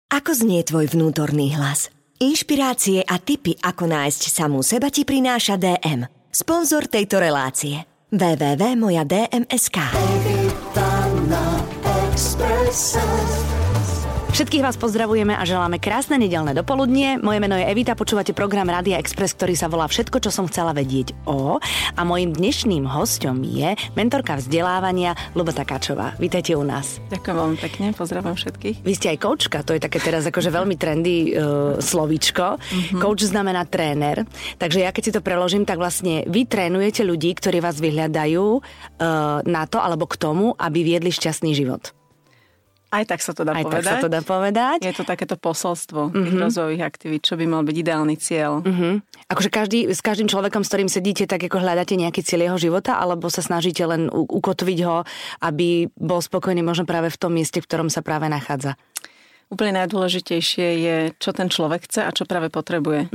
Ako znie tvoj vnútorný hlas? Inšpirácie a tipy, ako nájsť samú seba, ti prináša DM. Sponzor tejto relácie. www.moja.dm.sk. Všetkých vás pozdravujeme a želáme krásne nedeľné dopoludnie. Moje meno je Evita, počúvate program Rádia Express, ktorý sa volá Všetko, čo som chcela vedieť o. A mojím dnešným hosťom je mentorka vzdelávania Ľuba Takáčová. Vítajte u nás. Ďakujem veľmi pekne, pozdravujem všetkých. Vy ste aj koučka, to je také teraz akože veľmi trendy slovíčko. Coach znamená tréner. Takže ja keď si to preložím, tak vlastne vy trénujete ľudí, ktorí vás vyhľadajú na to alebo k tomu, aby viedli šťastný život. Aj tak sa to dá povedať. Tak sa to dá povedať. Je to takéto posolstvo tých rozvojových aktivít, čo by mal byť ideálny cieľ. Akože s každým človekom, s ktorým sedíte, tak ako hľadáte nejaký cieľ jeho života, alebo sa snažíte len ukotviť ho, aby bol spokojný možno práve v tom mieste, v ktorom sa práve nachádza? Úplne najdôležitejšie je, čo ten človek chce a čo práve potrebuje.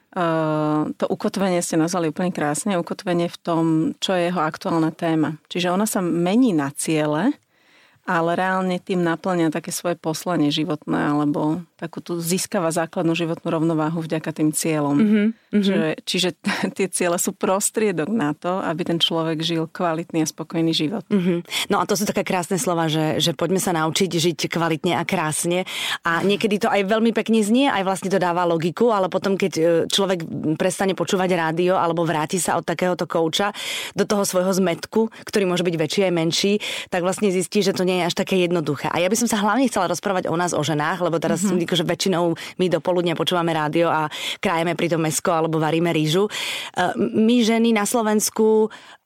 To ukotvenie ste nazvali úplne krásne. Ukotvenie v tom, čo je jeho aktuálna téma. Čiže ona sa mení na ciele, ale reálne tým naplňa také svoje poslanie životné, alebo takú tu získava základnú životnú rovnováhu vďaka tým cieľom. Čiže tie ciele sú prostriedok na to, aby ten človek žil kvalitný a spokojný život. No a to sú také krásne slova, že poďme sa naučiť žiť kvalitne a krásne. A niekedy to aj veľmi pekne znie, aj vlastne to dáva logiku, ale potom, keď človek prestane počúvať rádio alebo vráti sa od takéhoto kouča do toho svojho zmätku, ktorý môže byť väčší aj menší, tak vlastne zistí, že to nie je až také jednoduché. A ja by som sa hlavne chcela rozprávať o nás, o ženách, lebo teraz akože väčšinou my do poludnia počúvame rádio a krájeme pri tom mäsko alebo varíme rýžu. My ženy na Slovensku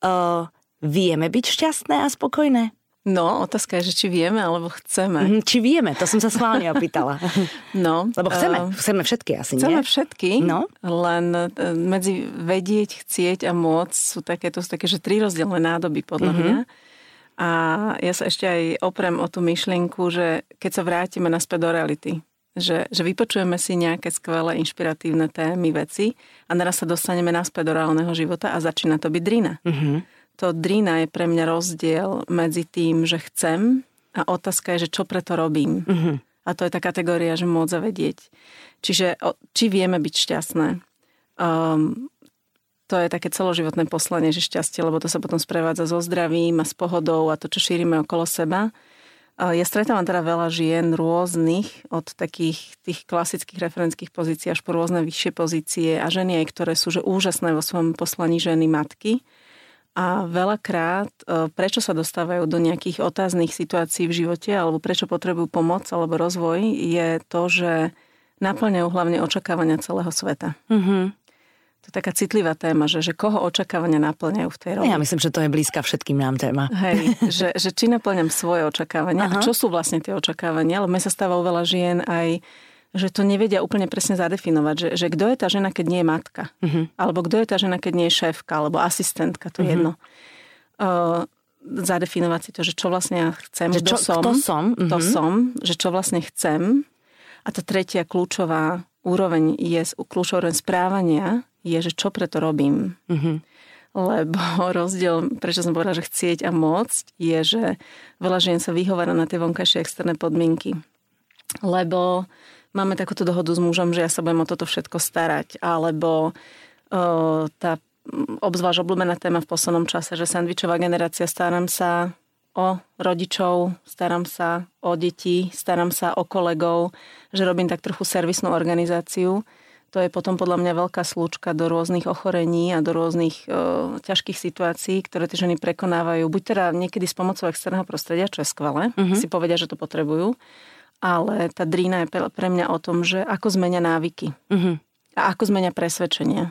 vieme byť šťastné a spokojné? No, otázka je, že či vieme, alebo chceme. Či vieme, to som sa schválne opýtala. No. Lebo chceme všetky asi, nie? Chceme všetky, no? Len medzi vedieť, chcieť a môcť sú také, že 3 rozdielne nádoby podľa mňa. A ja sa ešte aj oprem o tú myšlienku, že keď sa vrátime naspäť do reality, že vypočujeme si nejaké skvelé, inšpiratívne témy, veci a naraz sa dostaneme naspäť do reálneho života a začína to byť drina. To drina je pre mňa rozdiel medzi tým, že chcem a otázka je, že čo preto robím. A to je tá kategória, že môcť vedieť. Čiže či vieme byť šťastné. To je také celoživotné poslanie, že šťastie, lebo to sa potom sprevádza so zdravím a s pohodou a to, čo šírime okolo seba. Ja stretávam teda veľa žien rôznych, od takých tých klasických referentských pozícií až po rôzne vyššie pozície a ženy aj, ktoré sú že úžasné vo svojom poslaní ženy matky. A veľakrát, prečo sa dostávajú do nejakých otáznych situácií v živote alebo prečo potrebujú pomoc alebo rozvoj, je to, že naplňajú hlavne očakávania celého sveta. To je taká citlivá téma, že koho očakávania naplňajú v tej roli. Ja myslím, že to je blízka všetkým nám téma. Hej, že či naplňam svoje očakávania a čo sú vlastne tie očakávania, lebo mne sa stáva u veľa žien aj, že to nevedia úplne presne zadefinovať, že kto je tá žena, keď nie je matka, alebo kto je tá žena, keď nie je šéfka, alebo asistentka, to je jedno. Zadefinovať si to, že čo vlastne ja chcem, že kto som, že čo vlastne chcem. A tá tretia kľúčová úroveň kľúčová správania je, že čo preto robím. Lebo rozdiel, prečo som povedala, že chcieť a môcť, je, že veľa žien sa vyhovára na tie vonkajšie externé podmienky. Lebo máme takúto dohodu s mužom, že ja sa budem o toto všetko starať. Alebo tá obzvlášť obľúbená téma v poslednom čase, že sandvičová generácia, starám sa o rodičov, starám sa o deti, starám sa o kolegov, že robím tak trochu servisnú organizáciu. To je potom podľa mňa veľká slúčka do rôznych ochorení a do rôznych ťažkých situácií, ktoré tie ženy prekonávajú. Buď teda niekedy s pomocou externého prostredia, čo je skvelé, si povedia, že to potrebujú, ale tá drína je pre mňa o tom, že ako zmenia návyky a ako zmenia presvedčenia.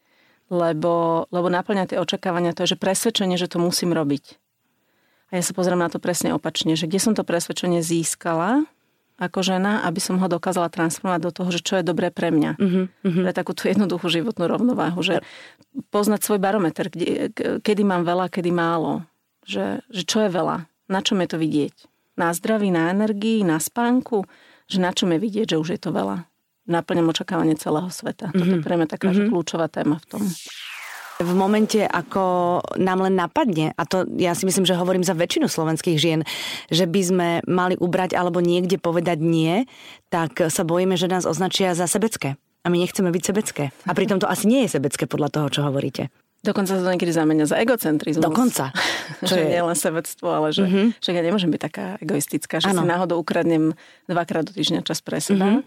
Lebo naplňa tie očakávania, to je, že presvedčenie, že to musím robiť. A ja sa pozriem na to presne opačne, že kde som to presvedčenie získala ako žena, aby som ho dokázala transformovať do toho, že čo je dobré pre mňa. Pre takú tú jednoduchú životnú rovnováhu, že poznať svoj barometer, kedy mám veľa, kedy málo. Že čo je veľa, na čom je to vidieť. Na zdraví, na energii, na spánku, že na čom je vidieť, že už je to veľa. Naplňam očakávanie celého sveta. Toto je pre mňa taká kľúčová téma v tom. V momente, ako nám len napadne, a to ja si myslím, že hovorím za väčšinu slovenských žien, že by sme mali ubrať alebo niekde povedať nie, tak sa bojíme, že nás označia za sebecké. A my nechceme byť sebecké. A pritom to asi nie je sebecké podľa toho, čo hovoríte. Dokonca sa to niekedy zamenia za egocentrizmus. Dokonca. Že nie len sebectvo, ale že však ja nemôžem byť taká egoistická, že si náhodou ukradnem 2-krát do týždňa čas pre seba.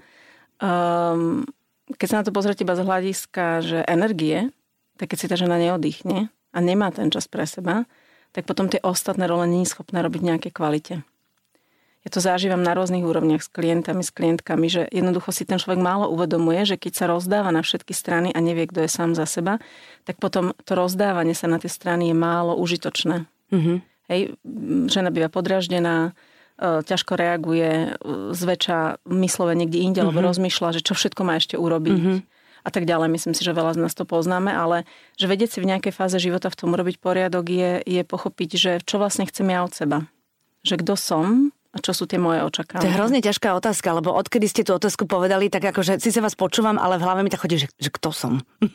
Keď sa na to pozrieť iba z hľadiska, že energie, tak keď si tá žena neoddychne a nemá ten čas pre seba, tak potom tie ostatné role nie je schopná robiť v nejakej kvalite. Ja to zažívam na rôznych úrovniach s klientami, s klientkami, že jednoducho si ten človek málo uvedomuje, že keď sa rozdáva na všetky strany a nevie, kto je sám za seba, tak potom to rozdávanie sa na tie strany je málo užitočné. Hej, žena býva podráždená, ťažko reaguje, zväčša myslové niekde inde, lebo rozmýšľa, že čo všetko má ešte urobiť. A tak ďalej. Myslím si, že veľa z nás to poznáme, ale že vedieť si v nejakej fáze života v tom urobiť poriadok je pochopiť, že čo vlastne chcem ja od seba. Že kto som a čo sú tie moje očakávania. To je hrozne ťažká otázka, lebo odkedy ste tú otázku povedali, tak akože síce vás počúvam, ale v hlave mi tak chodí, že kto som.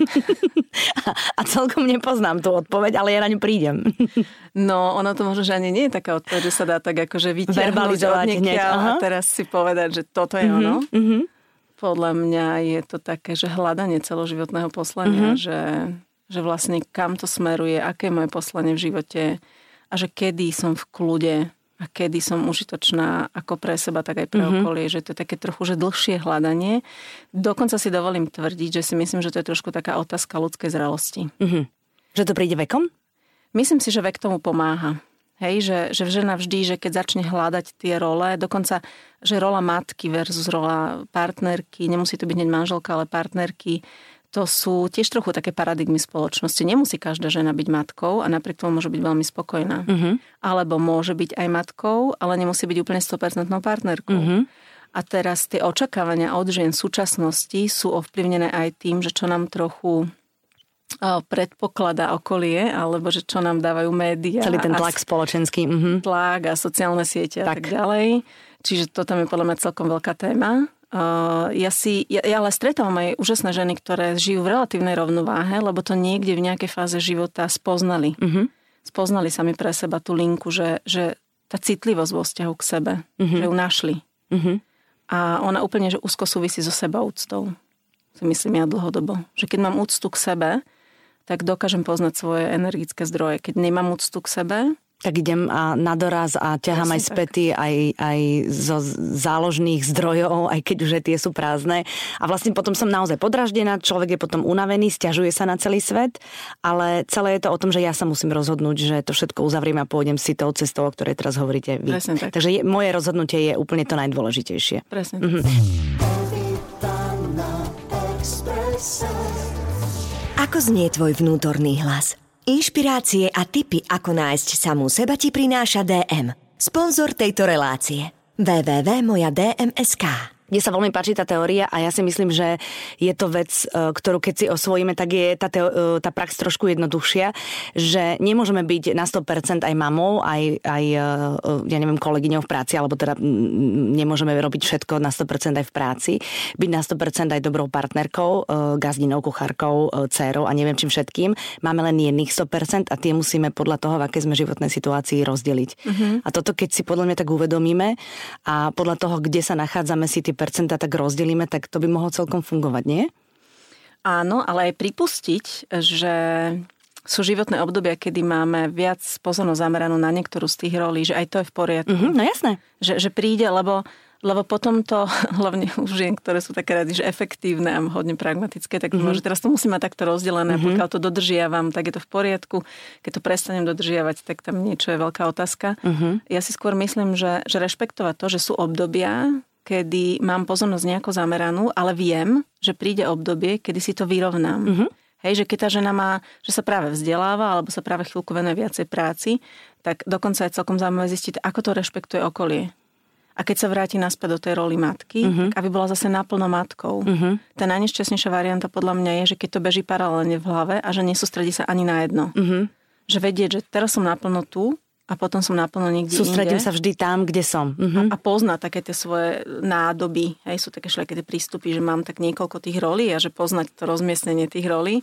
a celkom nepoznám tú odpoveď, ale ja na ňu prídem. No, ono to možno, že ani nie je taká odpoveď, že sa dá tak akože vytiahnuť od niekiaľ a teraz si povedať, že toto je ono. Podľa mňa je to také, že hľadanie celoživotného poslania, že vlastne kam to smeruje, aké je moje poslanie v živote a že kedy som v kľude a kedy som užitočná ako pre seba, tak aj pre okolie, že to je také trochu, že dlhšie hľadanie. Dokonca si dovolím tvrdiť, že si myslím, že to je trošku taká otázka ľudskej zrelosti. Že to príde vekom? Myslím si, že vek tomu pomáha. Hej, že žena vždy, že keď začne hľadať tie role, dokonca, že rola matky versus rola partnerky, nemusí to byť hneď manželka, ale partnerky, to sú tiež trochu také paradigmy spoločnosti. Nemusí každá žena byť matkou a napriek tomu môže byť veľmi spokojná. Alebo môže byť aj matkou, ale nemusí byť úplne 100% partnerkou. A teraz tie očakávania od žien v súčasnosti sú ovplyvnené aj tým, že čo nám trochu predpokladá okolie, alebo že čo nám dávajú médiá. Celý ten tlak spoločenský. Tlak a sociálne siete a tak ďalej. Čiže to tam je podľa mňa celkom veľká téma. Ja ale stretávam aj úžasné ženy, ktoré žijú v relatívnej rovnováhe, lebo to niekde v nejakej fáze života spoznali. Spoznali sami pre seba tú linku, že tá citlivosť vo vzťahu k sebe, že ju našli. A ona úplne že úzko súvisí so sebaúctou. Si myslím ja dlhodobo. Že keď mám úctu k sebe, tak dokážem poznať svoje energické zdroje. Keď nemám úctu k sebe, tak idem na doraz a ťahám aj späty, aj zo záložných zdrojov, aj keď už aj tie sú prázdne. A vlastne potom som naozaj podraždená, človek je potom unavený, sťažuje sa na celý svet, ale celé je to o tom, že ja sa musím rozhodnúť, že to všetko uzavriem a pôjdem si tou cestou, o ktorej teraz hovoríte vy. Presne tak. Takže moje rozhodnutie je úplne to najdôležitejšie. Presne tak. Ako znie tvoj vnútorný hlas? Inšpirácie a tipy, ako nájsť samú seba, ti prináša DM. Sponzor tejto relácie. www.mojadm.sk. Mne sa veľmi páči tá teória a ja si myslím, že je to vec, ktorú keď si osvojíme, tak je tá prax trošku jednoduchšia, že nemôžeme byť na 100% aj mamou, aj ja neviem, kolegyňou v práci, alebo teda nemôžeme robiť všetko na 100% aj v práci, byť na 100% aj dobrou partnerkou, gazdinou, kuchárkou, dcérou a neviem čím všetkým. Máme len jedných 100% a tie musíme podľa toho, v akej sme životnej situácii rozdeliť. A toto, keď si podľa mňa tak uvedomíme a podľa toho, kde sa nachádzame, si tie percenta tak rozdelíme, tak to by mohlo celkom fungovať, nie? Áno, ale aj pripustiť, že sú životné obdobia, kedy máme viac pozornosť zameranú na niektorú z tých rolí, že aj to je v poriadku. No jasné. Že príde, lebo potom to, hlavne u žien, ktoré sú také rady, že efektívne a hodne pragmatické, tak že teraz to musím mať takto rozdelené, pokiaľ to dodržiavam, tak je to v poriadku. Keď to prestanem dodržiavať, tak tam niečo je veľká otázka. Ja si skôr myslím, že rešpektovať to, že sú obdobia, kedy mám pozornosť nejako zameranú, ale viem, že príde obdobie, kedy si to vyrovnám. Hej, že keď tá žena že sa práve vzdeláva, alebo sa práve chvíľku venuje viacej práci, tak dokonca je celkom zaujímavé zistiť, ako to rešpektuje okolie. A keď sa vráti naspäť do tej roli matky, tak aby bola zase naplno matkou. Tá najnešťastnejšia varianta podľa mňa je, že keď to beží paralelne v hlave a že nesústredí sa ani na jedno. Že vedieť, že teraz som naplno tu, a potom som naplno niekde Sústredím inde. sa vždy tam, kde som. A poznať také tie svoje nádoby. Hej, sú také všelijaké tie prístupy, že mám tak niekoľko tých rolí a že poznať to rozmiestnenie tých rolí.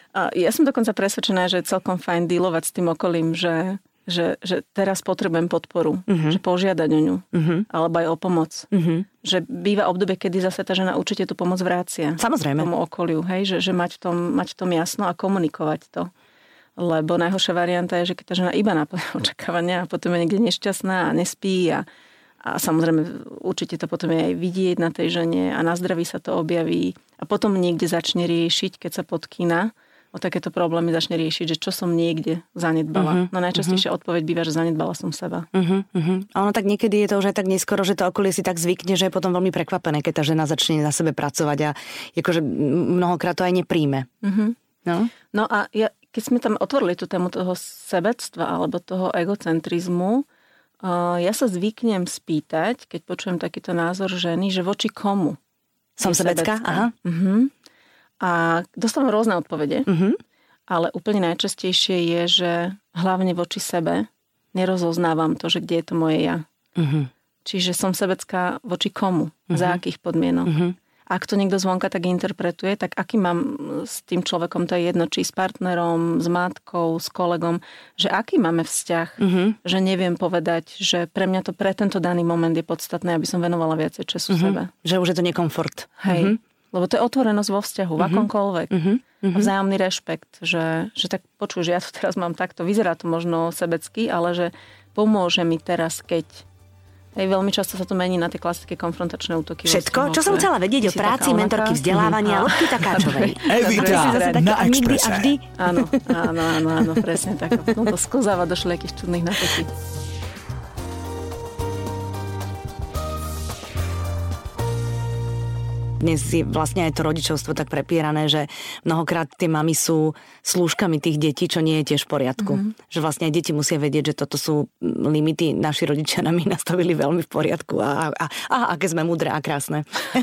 A ja som dokonca presvedčená, že je celkom fajn dealovať s tým okolím, že teraz potrebujem podporu, že požiadať o ňu, alebo aj o pomoc. Že býva obdobie, kedy zase tá žena určite tú pomoc vrácia. Samozrejme. Tomu okoliu, hej? Že mať v tom jasno a komunikovať to. Lebo najhoršia varianta je, že keď tá žena iba naplňa očakávania a potom je niekde nešťastná a nespí a samozrejme určite to potom je aj vidieť na tej žene a na zdraví sa to objaví a potom niekde začne riešiť, keď sa podkýna o takéto problémy, začne riešiť, že čo som niekde zanedbala. No najčastejšia odpoveď býva, že zanedbala som seba. A ono tak niekedy je to už aj tak neskoro, že to okolie si tak zvykne, že je potom veľmi prekvapené, keď tá žena začne na sebe pracovať a akože mnohokrát to aj nepríjme. No a keď sme tam otvorili tú tému toho sebectva alebo toho egocentrizmu, ja sa zvyknem spýtať, keď počujem takýto názor ženy, že voči komu som sebecká? Aha. A dostávam rôzne odpovede, ale úplne najčastejšie je, že hlavne voči sebe nerozoznávam to, že kde je to moje ja. Čiže som sebecká voči komu, za akých podmienok. Ak to niekto zvonka tak interpretuje, tak aký mám s tým človekom, to je jedno, či s partnerom, s matkou, s kolegom, že aký máme vzťah, že neviem povedať, že pre mňa to pre tento daný moment je podstatné, aby som venovala viacej času sebe. Že už je to nekomfort. Hej. Lebo to je otvorenosť vo vzťahu, v akomkoľvek. Vzájomný rešpekt, že tak počuj, že ja to teraz mám takto, vyzerá to možno sebecky, ale že pomôže mi teraz, keď veľmi často sa to mení na tie klasické konfrontačné útoky. Všetko? Čo som chcela vedieť o práci mentorky vzdelávania Ľudky Takáčovej. Evita na Expresse. Áno, presne tak. No to sklzáva do všelijakých čudných napätí. Dnes je vlastne aj to rodičovstvo tak prepierané, že mnohokrát tie mamy sú slúžkami tých detí, čo nie je tiež v poriadku. Že vlastne aj deti musia vedieť, že toto sú limity. Naši rodičia nám nastavili veľmi v poriadku a aké sme múdre a krásne.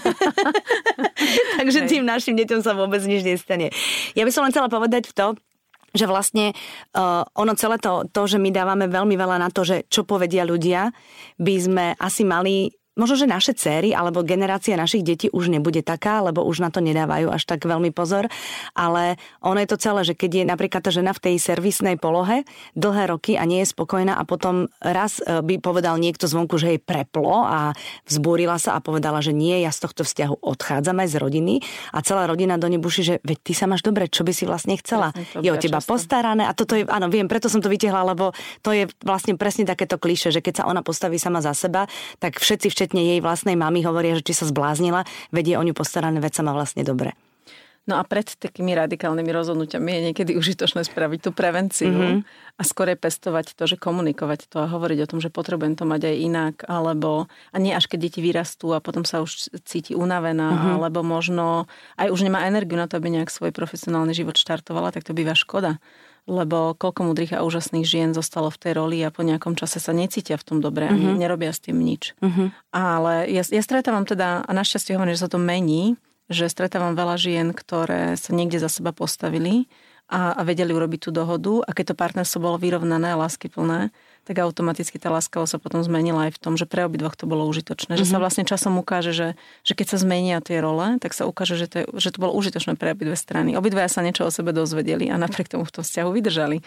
Takže tým našim deťom sa vôbec nič nestane. Ja by som len chcela povedať to, že vlastne ono celé to, že my dávame veľmi veľa na to, že čo povedia ľudia, by sme asi mali. Možno, že naše dcéry alebo generácia našich detí už nebude taká, lebo už na to nedávajú až tak veľmi pozor. Ale ono je to celé, že keď je napríklad tá žena v tej servisnej polohe dlhé roky a nie je spokojná a potom raz by povedal niekto zvonku, že jej preplo a vzbúrila sa a povedala, že nie, ja z tohto vzťahu odchádzam aj z rodiny a celá rodina do nebuši, že veď ty sa máš dobre, čo by si vlastne chcela. Je o teba postarané a toto je, áno, viem, preto som to vytiahla, lebo to je vlastne presne takéto klišé, že keď sa ona postaví sama za seba, tak všetci jej vlastnej mamy hovoria, že či sa zbláznila, vedie o ňu postarané, veď sa má vlastne dobre. No a pred takými radikálnymi rozhodnutiami je niekedy užitočné spraviť tú prevenciu a skôr pestovať to, že komunikovať to a hovoriť o tom, že potrebujem to mať aj inak, alebo a nie až keď deti vyrastú a potom sa už cíti unavená, alebo možno aj už nemá energiu na to, aby nejak svoj profesionálny život štartovala, tak to býva škoda. Lebo koľko múdrych a úžasných žien zostalo v tej roli a po nejakom čase sa necítia v tom dobre a nerobia s tým nič. Ale ja stretávam teda, a našťastie hovorím, že sa to mení, že stretávam veľa žien, ktoré sa niekde za seba postavili a vedeli urobiť tú dohodu a keď to partnerstvo bolo vyrovnané a láskyplné, tak automaticky tá láskavosť sa potom zmenila aj v tom, že pre obidvoch to bolo užitočné. Že sa vlastne časom ukáže, že keď sa zmenia tie role, tak sa ukáže, že to bolo užitočné pre obidve strany. Obidvaja sa niečo o sebe dozvedeli a napriek tomu v tom vzťahu vydržali.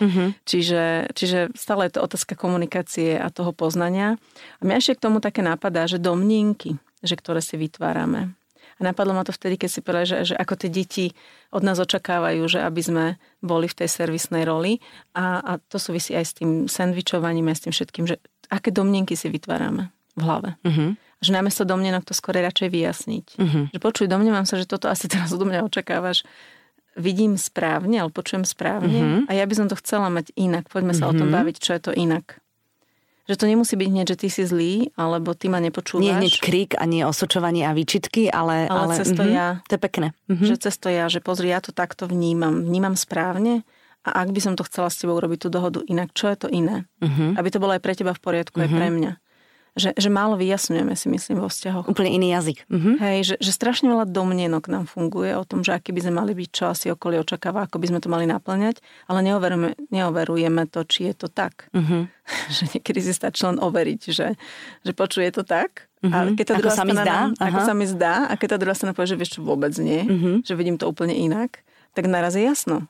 Čiže stále je to otázka komunikácie a toho poznania. A mňa ešte k tomu také napadá, že domnienky, ktoré si vytvárame. A napadlo ma to vtedy, keď si povedali, že ako tie deti od nás očakávajú, že aby sme boli v tej servisnej roli. A to súvisí aj s tým sendvičovaním, aj s tým všetkým, že aké domnienky si vytvárame v hlave. Že namiesto domnienok to skôr radšej vyjasniť. Že počuj, domnievam sa, že toto asi teraz odo mňa očakávaš. Vidím správne, ale počujem správne. A ja by som to chcela mať inak. Poďme sa o tom baviť, čo je to inak. Že to nemusí byť hneď, že ty si zlý, alebo ty ma nepočúvaš. Nie hneď krik a nie osočovanie a výčitky, ale cez to ja. To je pekné. Že cez to ja, že pozri, ja to takto vnímam. Vnímam správne a ak by som to chcela s tebou urobiť tú dohodu inak, čo je to iné? Aby to bolo aj pre teba v poriadku, aj pre mňa. Že málo vyjasňujeme, si myslím, vo vzťahoch. Úplne iný jazyk. Hej, že strašne veľa domnienok nám funguje o tom, že aký by sme mali byť, čo asi okolie očakáva, ako by sme to mali naplňať, ale neoverujeme to, či je to tak. Že niekedy si stačí len overiť, že počuje to tak. A keď tá druhá strana ako sa mi zdá, a keď tá druhá strana povie, že vieš čo, vôbec nie, že vidím to úplne inak, tak naraz je jasno.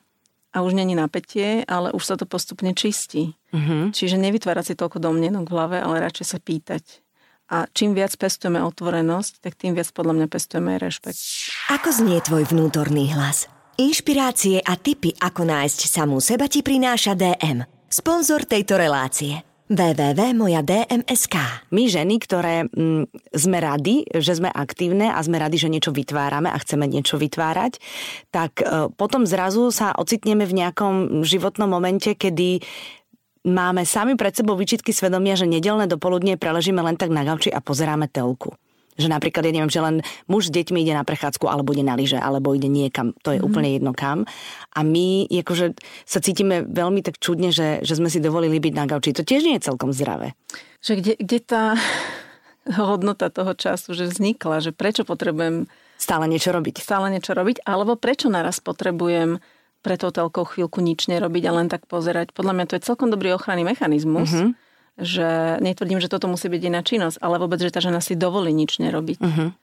a už není napätie, ale už sa to postupne čistí. Čiže nevytvárať si toľko domnienok v hlave, ale radšej sa pýtať. A čím viac pestujeme otvorenosť, tak tým viac podľa mňa pestujeme aj rešpekt. Ako znie tvoj vnútorný hlas? Inšpirácie a tipy, ako nájsť samú seba, ti prináša DM. Sponzor tejto relácie. www.moja.dm.sk. My ženy, ktoré sme rady, že sme aktívne a sme rady, že niečo vytvárame a chceme niečo vytvárať, tak potom zrazu sa ocitneme v nejakom životnom momente, kedy máme sami pred sebou výčitky svedomia, že nedeľné dopoludnie preležíme len tak na gauči a pozeráme telku. Že napríklad, ja neviem, že len muž s deťmi ide na prechádzku, alebo ide na lyže, alebo ide niekam. To je úplne jedno kam. A my akože sa cítime veľmi tak čudne, že sme si dovolili byť na gauči. To tiež nie je celkom zdravé. Že kde tá hodnota toho času, že vznikla, že prečo potrebujem stále niečo robiť, alebo prečo naraz potrebujem pre tou telkou chvíľku nič nerobiť a len tak pozerať. Podľa mňa to je celkom dobrý ochranný mechanizmus, že netvrdím, že toto musí byť iná činnosť, ale vôbec, že tá žena si dovolí nič nerobiť.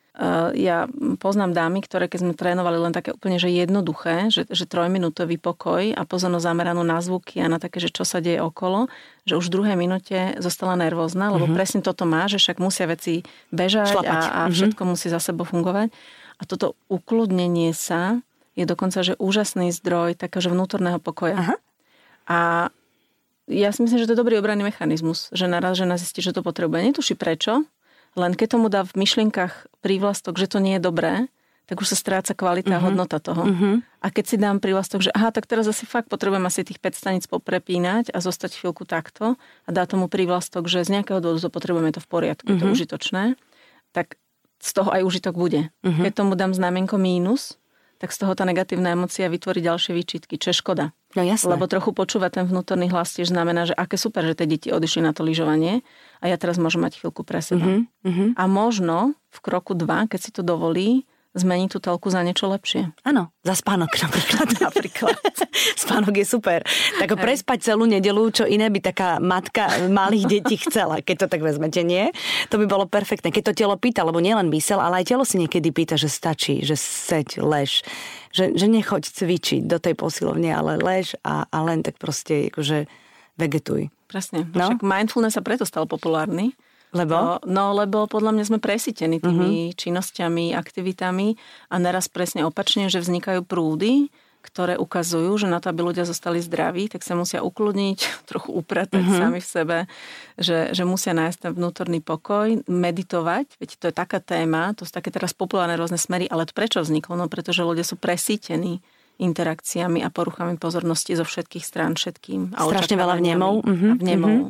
Ja poznám dámy, ktoré keď sme trénovali len také úplne že jednoduché, že 3-minútový pokoj a pozornosť zameranú na zvuky a na také, že čo sa deje okolo, že už v 2. minúte zostala nervózna, lebo presne toto má, že však musia veci bežať a všetko musí za sebou fungovať. A toto ukludnenie sa je dokonca, že úžasný zdroj takého vnútorného pokoja. A ja si myslím, že to je dobrý obranný mechanizmus, že naraz žena zistí, že to potrebuje. Netuší prečo, len keď tomu dá v myšlienkach prívlastok, že to nie je dobré, tak už sa stráca kvalita a hodnota toho. A keď si dám prívlastok, že tak teraz asi fakt potrebujem asi tých 5 staníc poprepínať a zostať chvíľku takto a dá tomu prívlastok, že z nejakého dôvodu potrebujeme to v poriadku, je to užitočné, tak z toho aj užitok bude. Keď tomu dám znamienko mínus, tak z toho tá negatívna emócia vytvorí ďalšie výčitky, čo je škoda. No jasné. Lebo trochu počúvať ten vnútorný hlas tiež znamená, že aké super, že tie deti odišli na to lyžovanie a ja teraz môžem mať chvíľku pre seba. A možno v kroku 2, keď si to dovolí, zmeniť tú telku za niečo lepšie. Áno, za spánok napríklad. Spánok je super. Tak prespať celú nedeľu, čo iné by taká matka malých detí chcela, keď to tak vezmete, nie? To by bolo perfektné. Keď to telo pýta, lebo nielen mysel, ale aj telo si niekedy pýta, že stačí, že seď, lež, že nechoď cvičiť do tej posilovne, ale lež a len tak proste akože vegetuj. Presne. No? Však mindfulness sa preto stal populárny. Lebo? Lebo podľa mňa sme presítení tými činnosťami, aktivitami a naraz presne opačne, že vznikajú prúdy, ktoré ukazujú, že na to, aby ľudia zostali zdraví, tak sa musia ukludniť, trochu upratať sami v sebe, že musia nájsť ten vnútorný pokoj, meditovať, veď to je taká téma, to sú také teraz populárne rôzne smery, ale to prečo vzniklo? No pretože ľudia sú presítení interakciami a poruchami pozornosti zo všetkých strán, všetkým. A strašne veľa vnemov.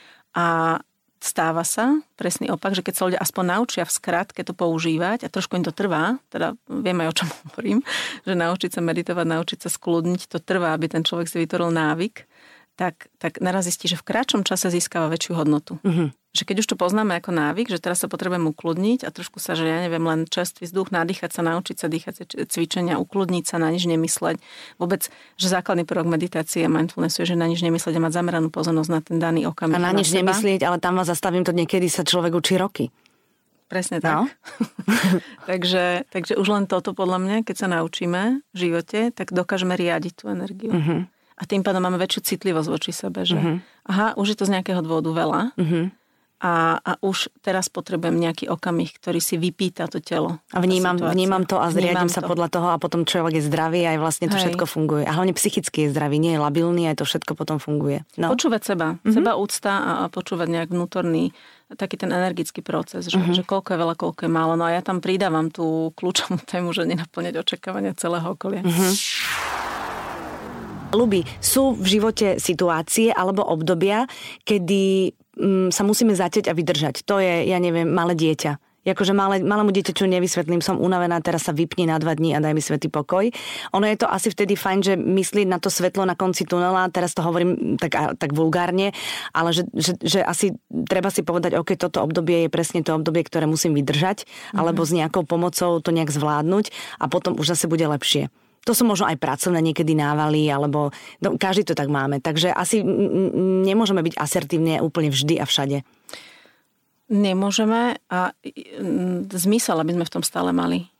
A stáva sa presný opak, že keď sa ľudia aspoň naučia v skratke to používať a trošku im to trvá, teda viem aj o čom hovorím, že naučiť sa meditovať, naučiť sa skľudniť, to trvá, aby ten človek si vytvoril návyk, tak naraz zistí, že v kratšom čase získava väčšiu hodnotu. Že keď už to poznáme ako návyk, že teraz sa potrebujem ukludniť a trošku sa, že ja neviem, len čerstvý vzduch, nadýchať sa, naučiť sa dýchať cvičenia, ukludniť sa, na nič nemysleť. Vôbec, že základný prvok meditácie a mindfulnessu je, že na nič nemysleť a mať zameranú pozornosť na ten daný okamih. A na nič nemyslieť, ale tam vás zastavím, to niekedy sa človek učí roky. Presne tak. No. takže už len toto podľa mňa, keď sa naučíme v živote, tak dokážeme riadiť tú energiu. A tým pádom máme väčšiu citlivosť voči sebe, že už je to z nejakého dôvodu veľa a už teraz potrebujem nejaký okamih, ktorý si vypýta to telo. A vnímam to a zriadím sa podľa toho a potom človek je zdravý a aj vlastne to všetko funguje. A hlavne psychicky je zdravý, nie je labilný, aj to všetko potom funguje. No. Počúvať seba úcta a počúvať nejak vnútorný taký ten energický proces, že koľko je veľa, koľko je málo. No a ja tam pridávam tú kľúčovú tému, že nenaplňať očakávania celého okolia. Ľubí, sú v živote situácie alebo obdobia, kedy sa musíme zatieť a vydržať. To je, ja neviem, malé dieťa. Akože malému dieťaču nevysvetlím, som unavená, teraz sa vypni na 2 dní a daj mi svätý pokoj. Ono je to asi vtedy fajn, že myslieť na to svetlo na konci tunela, teraz to hovorím tak vulgárne, ale že asi treba si povedať, OK, toto obdobie je presne to obdobie, ktoré musím vydržať, alebo s nejakou pomocou to nejak zvládnuť a potom už zase bude lepšie. To sú možno aj pracovné niekedy návaly, alebo každý to tak máme. Takže asi nemôžeme byť asertívne úplne vždy a všade. Nemôžeme a zmysel, aby sme v tom stále mali.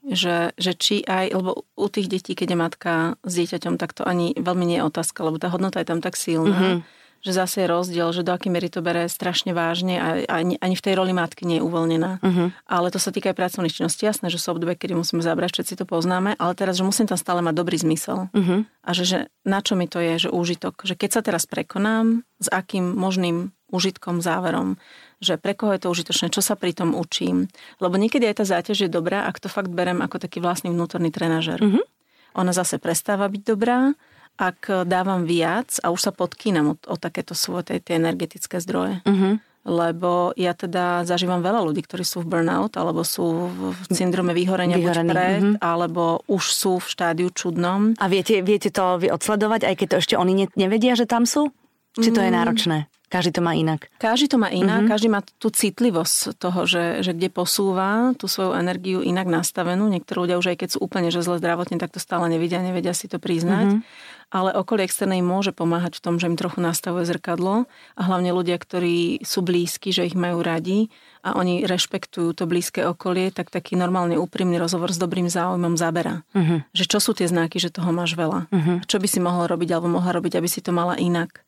že či aj, lebo u tých detí, keď je matka s dieťaťom, tak to ani veľmi nie je otázka, lebo tá hodnota je tam tak silná, že zase je rozdiel, že do akej miery to bere strašne vážne a ani v tej roli matky nie je uvoľnená. Ale to sa týka aj pracovných činností. Jasné, že sú obdobie, kedy musíme zabrať, všetci to poznáme, ale teraz, že musím tam stále mať dobrý zmysel. A že na čo mi to je, že úžitok. Že keď sa teraz prekonám, s akým možným užitkom, záverom, že pre koho je to užitočné, čo sa pri tom učím. Lebo niekedy aj tá záťaž je dobrá, ak to fakt berem ako taký vlastný vnútorný trenažer. Ona zase prestáva byť dobrá, ak dávam viac a už sa podkýnam o takéto svoje tie energetické zdroje. Lebo ja teda zažívam veľa ľudí, ktorí sú v burnout, alebo sú v syndrome vyhorenia buď pred, alebo už sú v štádiu čudnom. A viete to vy odsledovať, aj keď to ešte oni nevedia, že tam sú? Či to je náročné? Každý to má inak. Každý to má inak, každý má tú citlivosť toho, že kde posúva tú svoju energiu inak nastavenú. Niektorí ľudia už aj keď sú úplne že zle zdravotne, tak to stále nevedia si to priznať. Ale okolie externej môže pomáhať v tom, že im trochu nastavuje zrkadlo a hlavne ľudia, ktorí sú blízki, že ich majú radi a oni rešpektujú to blízke okolie, tak taký normálne úprimný rozhovor s dobrým záujmom zaberá. Že čo sú tie znaky, že toho máš veľa. Čo by si mohol robiť alebo mohla robiť, aby si to mala inak.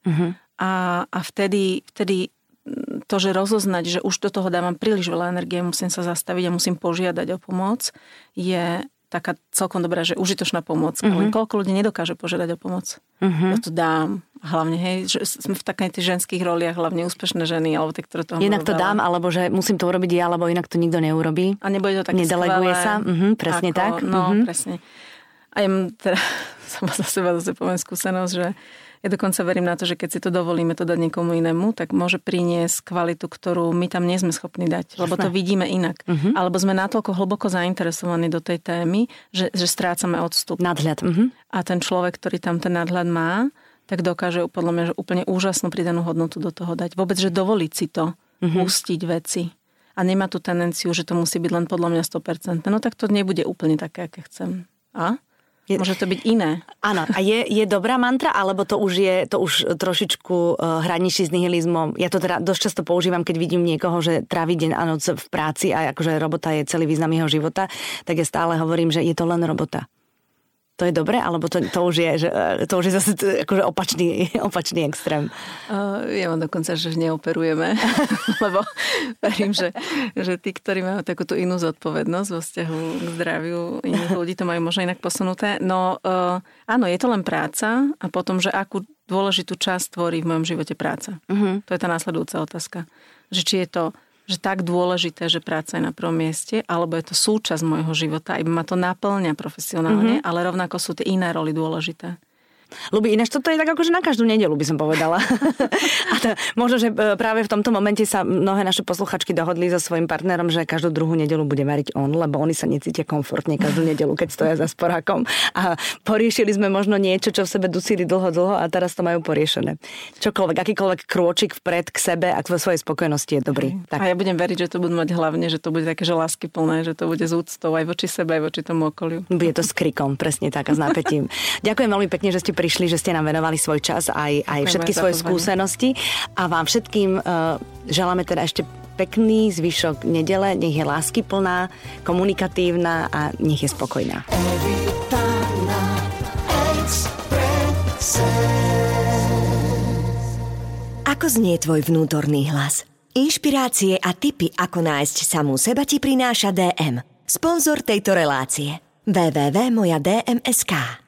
A vtedy to, že rozoznať, že už do toho dávam príliš veľa energie, musím sa zastaviť a musím požiadať o pomoc, je taká celkom dobrá, že užitočná pomoc. Len koľko ľudí nedokáže požiadať o pomoc. Ja to dám. Hlavne, že sme v takých tých ženských roliach, hlavne úspešné ženy, alebo tie, ktoré toho jednak to dám, alebo že musím to urobiť ja, lebo inak to nikto neurobí. A nebude to také nedeleguje skvelé. Sa. Presne ako, tak. No, presne. A ja teda, sama za seba zase poviem skúsenosť, že ja dokonca verím na to, že keď si to dovolíme to dať niekomu inému, tak môže priniesť kvalitu, ktorú my tam nie sme schopní dať, lebo to vidíme inak. Alebo sme natoľko hlboko zainteresovaní do tej témy, že strácame odstup. Nadhľad. A ten človek, ktorý tam ten nadhľad má, tak dokáže podľa mňa že úplne úžasnú pridanú hodnotu do toho dať. Vôbec, že dovoliť si to, pustiť veci. A nemá tú tendenciu, že to musí byť len podľa mňa 100%. No tak to nebude úplne také, aké chcem. A? Môže to byť iné. Áno. A je dobrá mantra, alebo to už trošičku hraničí s nihilizmom? Ja to teda dosť často používam, keď vidím niekoho, že trávi deň a noc v práci a akože robota je celý význam jeho života, tak ja stále hovorím, že je to len robota. To je dobre, alebo to už je zase akože opačný extrém? Ja mám dokonca, že neoperujeme, lebo verím, že tí, ktorí majú takúto inú zodpovednosť vo vzťahu k zdraviu iných ľudí, to majú možno inak posunuté. No áno, je to len práca a potom, že akú dôležitú časť tvorí v mojom živote práca. To je tá následujúca otázka. Že či je to že tak dôležité, že práca je na prvom mieste, alebo je to súčasť môjho života, iba ma to naplňa profesionálne, ale rovnako sú tie iné roly dôležité. Ľubí, ináč toto je tak akože na každú nedeľu, by som povedala. A to, možno, že práve v tomto momente sa mnohé naše posluchačky dohodli so svojím partnerom, že každú druhú nedeľu bude variť on, lebo oni sa necítia komfortne každú nedeľu, keď stoja za sporákom. A poriešili sme možno niečo, čo v sebe dusili dlho a teraz to majú poriešené. Čokoľvek, akýkoľvek krôčik vpred k sebe a k svojej spokojnosti je dobrý. Tak. A ja budem veriť, že to budú mať hlavne, že to bude také, že láskyplné, že to bude s úctou aj voči sebe, aj voči tomu okoliu. Bude to s krikom, presne tak a s napätím. Ďakujem veľmi pekne, že ste prišli, že ste nám venovali svoj čas aj všetky svoje skúsenosti a vám všetkým želáme teda ešte pekný zvyšok nedele, nech je láskyplná, komunikatívna a nech je spokojná. Ako znie tvoj vnútorný hlas? Inšpirácie a tipy, ako nájsť samú seba, ti prináša DM, sponzor tejto relácie. www.moja.dm.sk